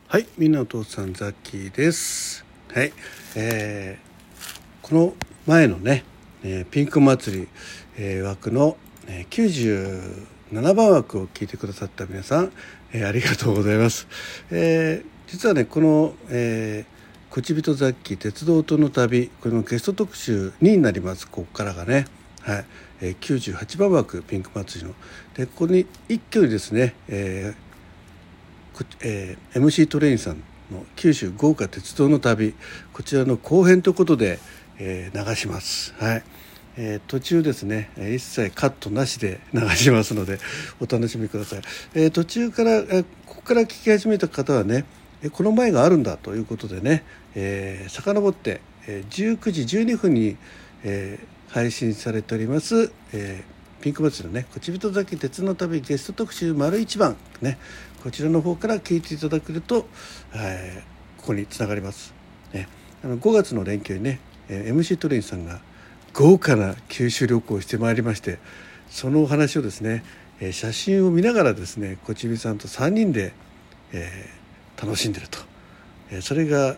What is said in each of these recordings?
はい、みんなお父さんザッキーです。はい、この前のね、ピンク祭り、枠の、97番枠を聞いてくださった皆さん、ありがとうございます。実はねこの、こちびとザッキー鉄道との旅、このゲスト特集2になります。ここからがね、はい、98番枠ピンク祭りので、ここに一挙にですね、MC トレインさんの九州豪華鉄道の旅、こちらの後編ということで、流します。はい、途中ですね一切カットなしで流しますのでお楽しみください。途中から、ここから聞き始めた方はね、この前があるんだということでね、遡って、19時12分に、配信されております、ピンク祭りのねこちびと崎鉄の旅ゲスト特集丸一番ね、こちらの方から聞いていただけると、ここにつながります、ね、5月の連休にね、MC トレインさんが豪華な九州旅行をしてまいりまして、そのお話をですね、写真を見ながらですねこちびさんと3人で、楽しんでると、それが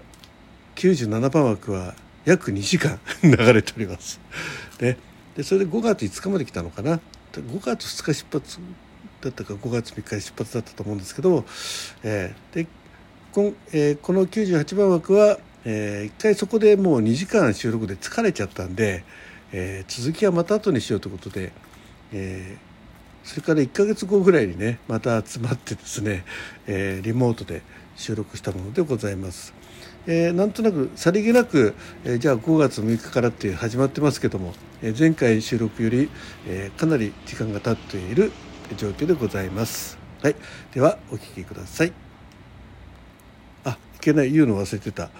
97番枠は約2時間流れております、ね、でそれで5月5日まで来たのかな。5月2日出発だったか5月3日に出発だったと思うんですけど、でこの98番枠は、一回そこでもう2時間収録で疲れちゃったんで、続きはまた後にしようということで、それから1ヶ月後ぐらいにねまた集まってですね、リモートで収録したものでございます。なんとなくさりげなく、じゃあ5月6日からって始まってますけども、前回収録より、かなり時間が経っている状況でございます。はい、ではお聞きください。いけない言うの忘れてた。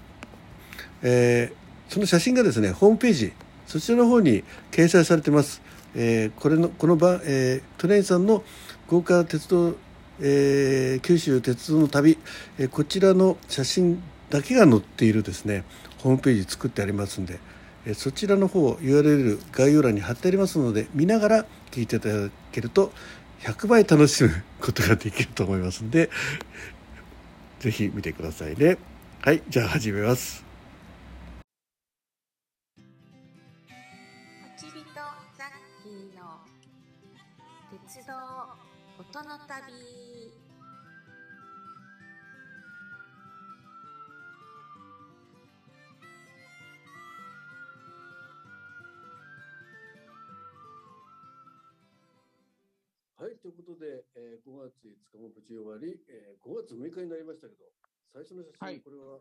その写真がですねホームページそちらの方に掲載されてます。この場、トレインさんの豪華鉄道、九州鉄道の旅、こちらの写真だけが載っているですねホームページ作ってありますんで、そちらの方 URL 概要欄に貼ってありますので見ながら聞いていただけると100倍楽しむことができると思いますのでぜひ見てくださいね。はい、じゃあ始めます。 ちびとザッキーの鉄道音の旅。 はい、ということで、5月5日も無事終わり、5月6日になりましたけど、最初の写真、 はい、 これは、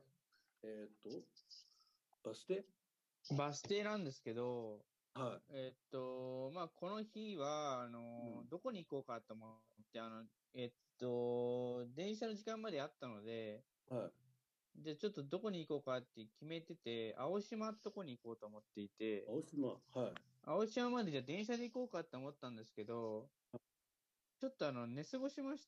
バス停バス停なんですけど、 はい。 この日は、どこに行こうかと思って、電車の時間まであったので、 はい。 で、ちょっとどこに行こうかって決めてて、青島ってとこに行こうと思っていて、 青島、はい。 青島までじゃあ電車で行こうかって思ったんですけど、ちょっと寝過ごしまして、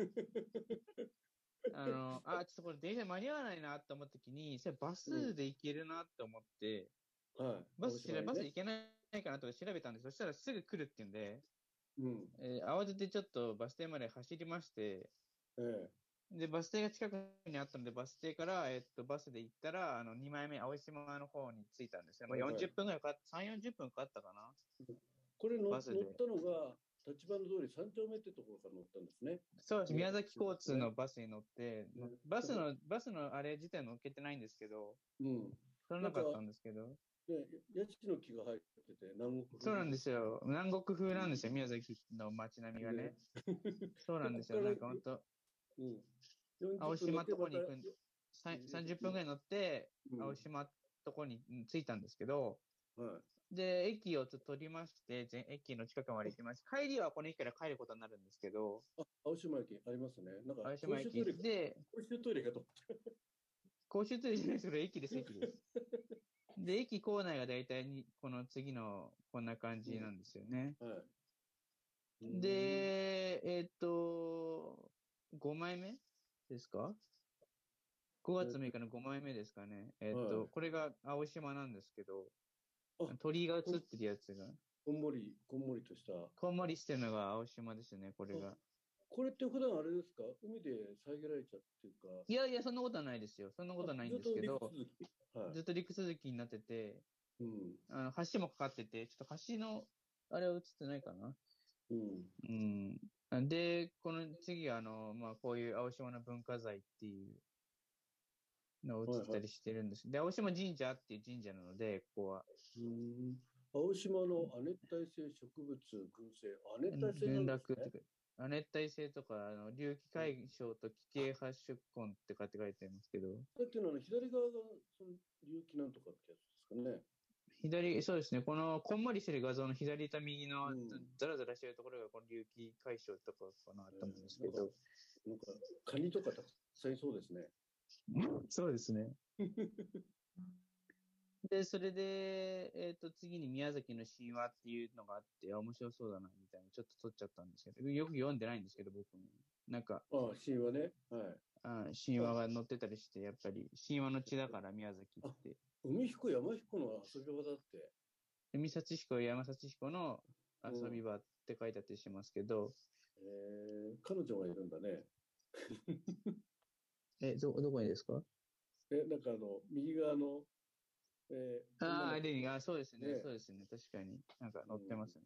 ちょっとこれ電車間に合わないなって思った時に、それバスで行けるなって思って、 はい。 バスね、 行けないかなとか調べたんです。そしたらすぐ来るって言うんで、 うん。 慌ててちょっとバス停まで走りまして、で、バス停が近くにあったので、バス停から、バスで行ったら、2枚目、青島の方に着いたんですね。まあ、40分ぐらい3、40分かかったかな。 これ乗っバスで。 たのが、立花通り3丁目ってところから乗ったんですね。 そうです。宮崎交通のバスに乗って、バスのあれ自体乗っけてないんですけど、乗らなかったんですけど。 ヤシの木が入ってて、南国風。 そうなんですよ。南国風なんですよ、宮崎の街並みがね。そうなんですよ。なんか本当青島とこに行く、30分ぐらい乗って、青島とこに着いたんですけど、で、駅をちょっと取りまして、駅の近くまで行きまして、帰りはこの駅から帰ることになるんですけど、 青島駅ありますね。なんか青島駅で、 公衆トイレかと思って。 公衆トイレじゃないですけど、駅です、駅です。で、駅構内がだいたいこの次のこんな感じなんですよね。で、5枚目ですか ?5 月6日の5枚目ですかね。これが青島なんですけど、鳥居が映ってるやつが。 こんもりとした。 こんもりしてるのが青島ですね、これが。 これって普段あれですか、海で遮られちゃっていうか、 いやいや、そんなことはないですよ。そんなことはないんですけど、 ずっと陸続き。はい。 ずっと陸続きになってて、 うん。 橋もかかってて、ちょっと橋の、あれは映ってないかな。 うん。 うん。で、この次は、まあ、こういう青島の文化財っていうのを映はいはい。 ったりしてるんです。で、青島神社っていう神社なので、ここは。 うん。青島の亜熱帯性植物群生。亜熱帯性な群んですね。 落っていうか、亜熱帯性とか、隆起うん。 海象と気形発出根って書いてありますけど、 さっきの左側がその隆起なんとかってやつですかね。 そうですね、このこんもりしてる画像の左と右のうん。 ザラザラしてるところがこの隆起海象とかかなと思うんですなんか、 けど、 カニとかたくさんいそうですね。 そうですね。で、それで、次に宮崎の神話っていうのがあって、面白そうだな、みたいな、ちょっと撮っちゃったんですけど、よく読んでないんですけど、僕も。なんか、 ああ、神話ね。はい。 神話が載ってたりして、やっぱり神話の地だから宮崎っあ、 て。 海彦山彦の遊び場だって。 海幸彦、山幸彦のうん。 遊び場って書いてあったりしますけど、 彼女がいるんだね。 どこにですか？ なんか右側の、女の子と、 そうですね、 ね、 そうですね、確かに。なんか載ってまうん、 すね。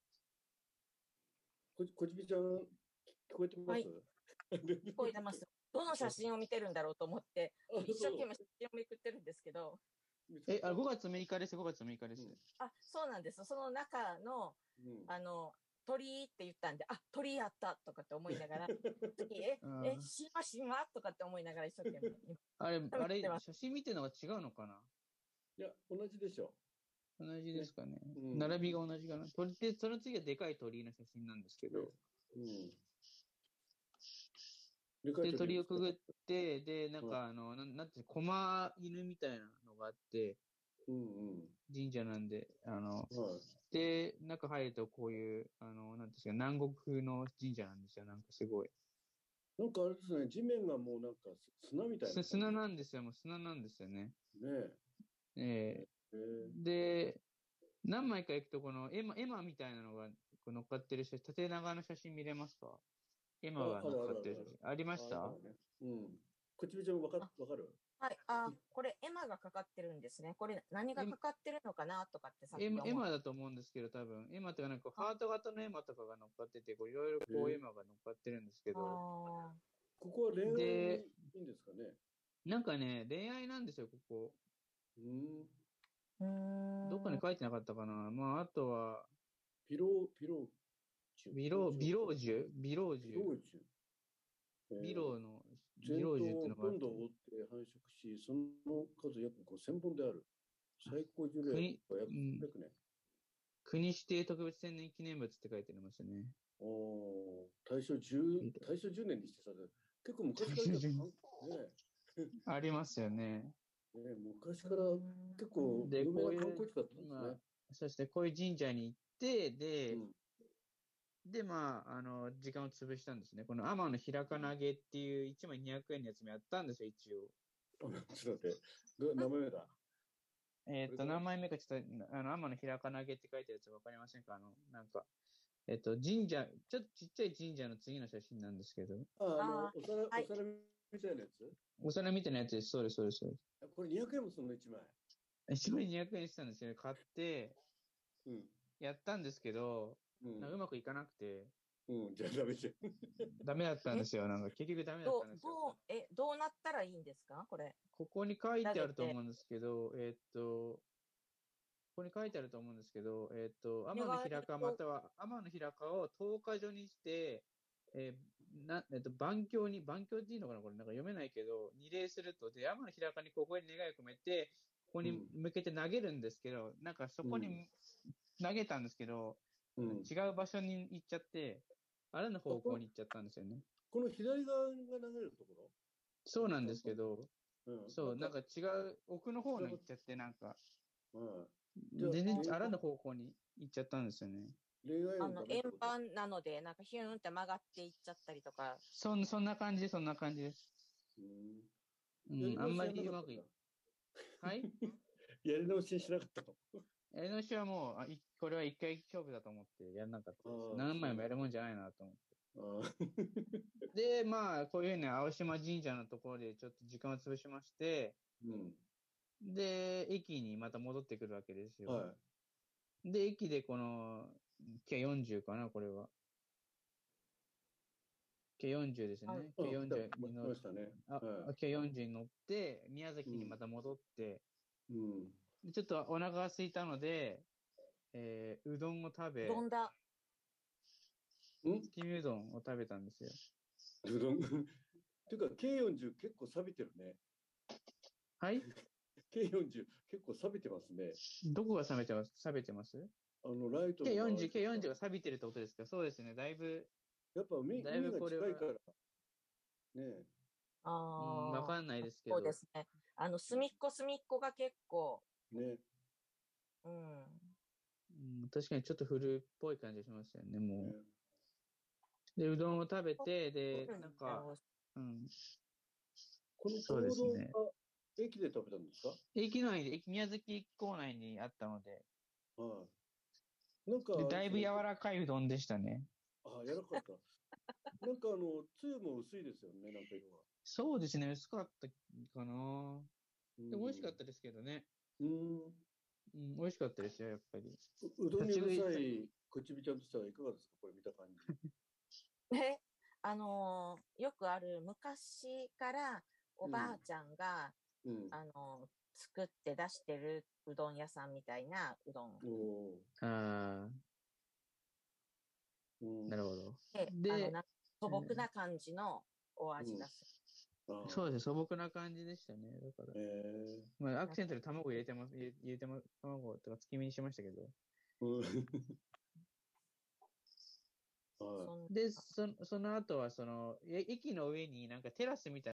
こじびちゃん、聞こえてます？ はい、聞こえてます。どの写真を見てるんだろうと思って、 あ、 一生懸そ命写真をめくってるんですけど、 う。見つかった？ 5月6日です、5月6日です。 うん。 そうなんです。その中の、 うん。 あの、鳥って言ったんで、鳥やったとかって思いながら、次、 あ神話とかって思いながら一生懸命あれ、 見てます。 写真見てるのが違うのかな？ いや、同じでしょ同じう。ね。 ですかね。 うん。 並びが同じかな。鳥で、その次はでかい鳥居の写真なんですけね。 ど、 うん。でかいで、 鳥ですね。 鳥をくぐって、で、なんはい。 かなんていうの、狛犬みたいなのがあって、 うんうん。 神社なんで、 はい。 で、中入るとこういう、なんていうんですか、南国風の神社なんですよ。なんかすごい。 なんかあれですね、地面がもうなんか砂みたいな感砂じで。 なんですよ。もう砂なんですよね。 ねえ。 えで、何枚か行くと、この絵馬みたいなのがこう乗っかってる縦長の写真見れますか？絵馬があ、あ乗っるあかってる写真。 るあるある。 ありましあ、だかた？ らね。うん。こっちびちゃんあ、 わかる？ はい。これ、エマがかかってるんですね。これ、何がかかってるのかなとかってさっきエ思って。 マだと思うんですけど、多分。エマとかなんかあハート型のエマとかが乗っかってて、こういろいろこうエえーマが乗っかってるんですけあど。 ー、 ここは恋愛にで、 いいんですかね？ なんかね、恋愛なんですよ、ここ。 うん。 うーどっかにん。 書いてなかったかな。まあ、あとは、 ピローチュ、ピローチュ、 ビロージュ。ビローの、ビ全頭ロージュってをほとんどのがあって、 覆って繁殖し、その数約5000本である。最高寿命国、 は約うん、 300年。 国指定特別天然記念物って書いてありますよね。 大正10年にしてさ、結構昔からじゃ、 大切ねありますよね。 昔からうーん。 結構で、 有名こういう、 な観光地だったんですまあ、 ね。 そしてこういう神社に行って、で、 うん。 まあ、時間を潰したんですね。この天の白金揚げっていう1枚200円のやつもやったんですよ、一応。 ちょっと待って。何枚目だ？これかな？ 何枚目かちょっと、天の白金揚げって書いてあるやつわかりませんか？なんか、神社、ちょっとちっちゃい神社の次の写真なんですけど、 はい。 お皿みたいなやつ？ お皿みたいなやつです。そうです、そうです、そうです。 これ200円もその1枚。 1枚200円したんですよ。買って、 うん。 やったんですけど、 うん。 なんかうまくいかなくて、 うん。じゃあダメじゃん。 ダメだったんえ、 ですよ。なんか結局ダメだったんですよ。 どうなったらいいんですかこれ。 ここに書いてあ投げて。 ると思うんですけど、ここに書いてあると思うんですけど、天の願平川まいと、 たは天の平川を10日所にして、万境万境っていいのかなこれなんか読めないけど、二礼すると、で、天の平川にここに願いを込めて、ここにうん。 向けて投げるんですけど、なんかそうん。 こに投げたんですけど、 うん。 違う場所に行っちゃって、あらぬあ、 方向に行っちゃったんですよね。 この左側が流れるところそうなんです看板。 けど、 うん。 そう、なんか違う、奥の方違う。 の行っちゃって、なんか、 うん。じゃあ、 全然あらぬ方向に行っちゃったんですよね。 恋愛運ダメっ円てこと？ 盤なので、なんかヒューンって曲がっていっちゃったりとか。 そんな感じ、そんな感じです。 うん。 うん、あんまやり直しやんなりうまくい、 かったんだ。 はい。 やり直ししなかったの？ やり直しはもう、これは一回勝負だと思ってやらなかったです。 ああ、 何枚もやるそうなんだ。 もんじゃないなと思って。 で、まあ、こういうね、青島神社のところでちょっと時間を潰しまして、で、駅にまた戻ってくるわけですよ。で、駅でこの、K40 かな、これは。K40 ですね。K40 に乗って、K40 に乗って、宮崎にまた戻って、でちょっとお腹が空いたので、うどんを食べ、 うどんだ。 月見うどんを食べたんですよ。 うどんっていうか K40 結構錆びてるね。 はい K40 結構錆びてますね。 どこが錆びてますライトの K40 が錆びてるってことですか？そうですね。だいぶ。 やっぱ海が近いから。ねわかんないですけど。 そうですね。隅っこが結構。 ね。 確かにちょっと古っぽい感じしますよね、もう。で、うどんを食べて、で、なんか、 このうどんは駅で食べたんですか？ 駅内で、宮崎港内にあったので。 なんか、 だいぶ柔らかいうどんでしたね。 柔らかかった。なんかつゆも薄いですよね、なんか色が。 そうですね、薄かったかな。でも美味しかったですけどね。美味しかったですよ、やっぱり。 うどんにうるさい口火ちゃんとしてはいかがですか、これ見た感じ。 よくある昔からおばあちゃんが、作って出してるうどん屋さんみたいなうどん。 なるほど。 で、素朴な感じのお味がする。 そうですね、素朴な感じでしたね。だから。まあ、アクセントで卵入れてます、卵とか月見にしましたけど。で、その後は、駅の上になんかテラスみたいな